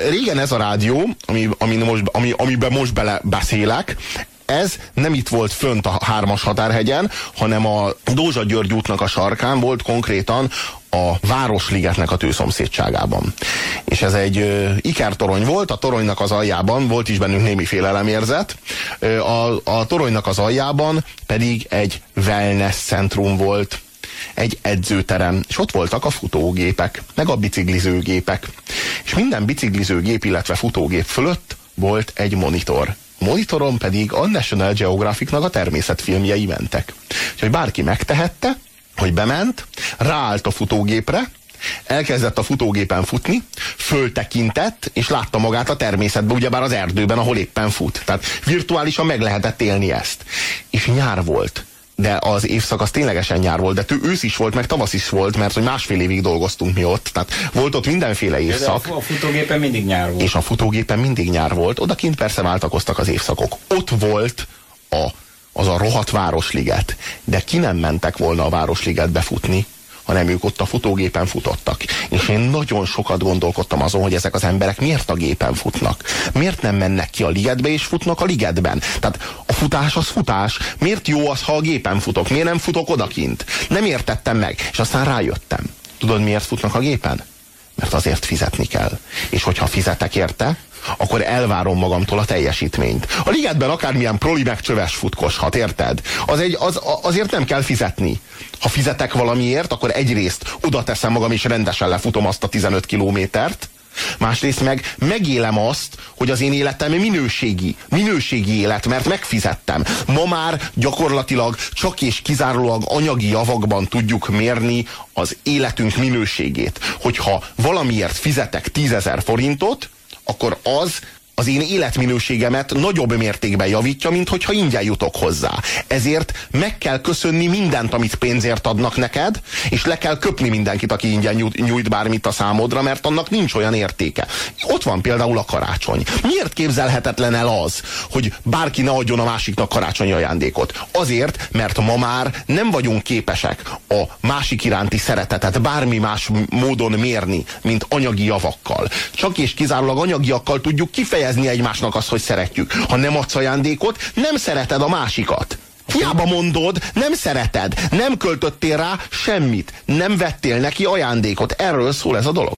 régen ez a rádió, amiben most bele beszélek, ez nem itt volt fönt a 3-as határhegyen, hanem a Dózsa György útnak a sarkán volt, konkrétan a Városligetnek a tőszomszédságában. És ez egy ikertorony volt, a toronynak az aljában volt is bennünk némi félelemérzet, a toronynak az aljában pedig egy wellness centrum volt, egy edzőterem, és ott voltak a futógépek, meg a biciklizőgépek. És minden biciklizőgép, illetve futógép fölött volt egy monitor. Monitoron pedig a National Geographicnak a természetfilmjei mentek. Úgyhogy bárki megtehette, hogy bement, ráállt a futógépre, elkezdett a futógépen futni, föltekintett, és látta magát a természetben, ugyebár az erdőben, ahol éppen fut. Tehát virtuálisan meg lehetett élni ezt. És nyár volt. De az évszak az ténylegesen nyár volt, de ősz is volt, meg tavasz is volt, mert hogy 1,5 évig dolgoztunk mi ott. Tehát volt ott mindenféle évszak. De a futógépen mindig nyár volt. És a futógépen mindig nyár volt. Odakint persze váltakoztak az évszakok. Ott volt az a rohadt Városliget. De ki nem mentek volna a Városligetbe futni, hanem ők ott a futógépen futottak. És én nagyon sokat gondolkodtam azon, hogy ezek az emberek miért a gépen futnak. Miért nem mennek ki a ligetbe és futnak a ligetben? Tehát a futás az futás. Miért jó az, ha a gépen futok? Miért nem futok odakint? Nem értettem meg. És aztán rájöttem. Tudod, miért futnak a gépen? Mert azért fizetni kell. És hogyha fizetek érte, akkor elvárom magamtól a teljesítményt. A ligetben akármilyen proli meg csöves futkoshat, érted? Azért nem kell fizetni. Ha fizetek valamiért, akkor egyrészt oda teszem magam, és rendesen lefutom azt a 15 kilométert, másrészt meg megélem azt, hogy az én életem minőségi élet, mert megfizettem. Ma már gyakorlatilag csak és kizárólag anyagi javakban tudjuk mérni az életünk minőségét. Hogyha valamiért fizetek 10 000 forintot, akkor az én életminőségemet nagyobb mértékben javítja, mint hogyha ingyen jutok hozzá. Ezért meg kell köszönni mindent, amit pénzért adnak neked, és le kell köpni mindenkit, aki ingyen nyújt bármit a számodra, mert annak nincs olyan értéke. Ott van például a karácsony. Miért képzelhetetlen el az, hogy bárki ne adjon a másiknak karácsonyi ajándékot? Azért, mert ma már nem vagyunk képesek a másik iránti szeretetet bármi más módon mérni, mint anyagi javakkal. Csak és kizárólag anyagiakkal tudjuk kifejezni egymásnak azt, hogy szeretjük. Ha nem adsz ajándékot, nem szereted a másikat. Hiába mondod, nem szereted, nem költöttél rá semmit, nem vettél neki ajándékot. Erről szól ez a dolog.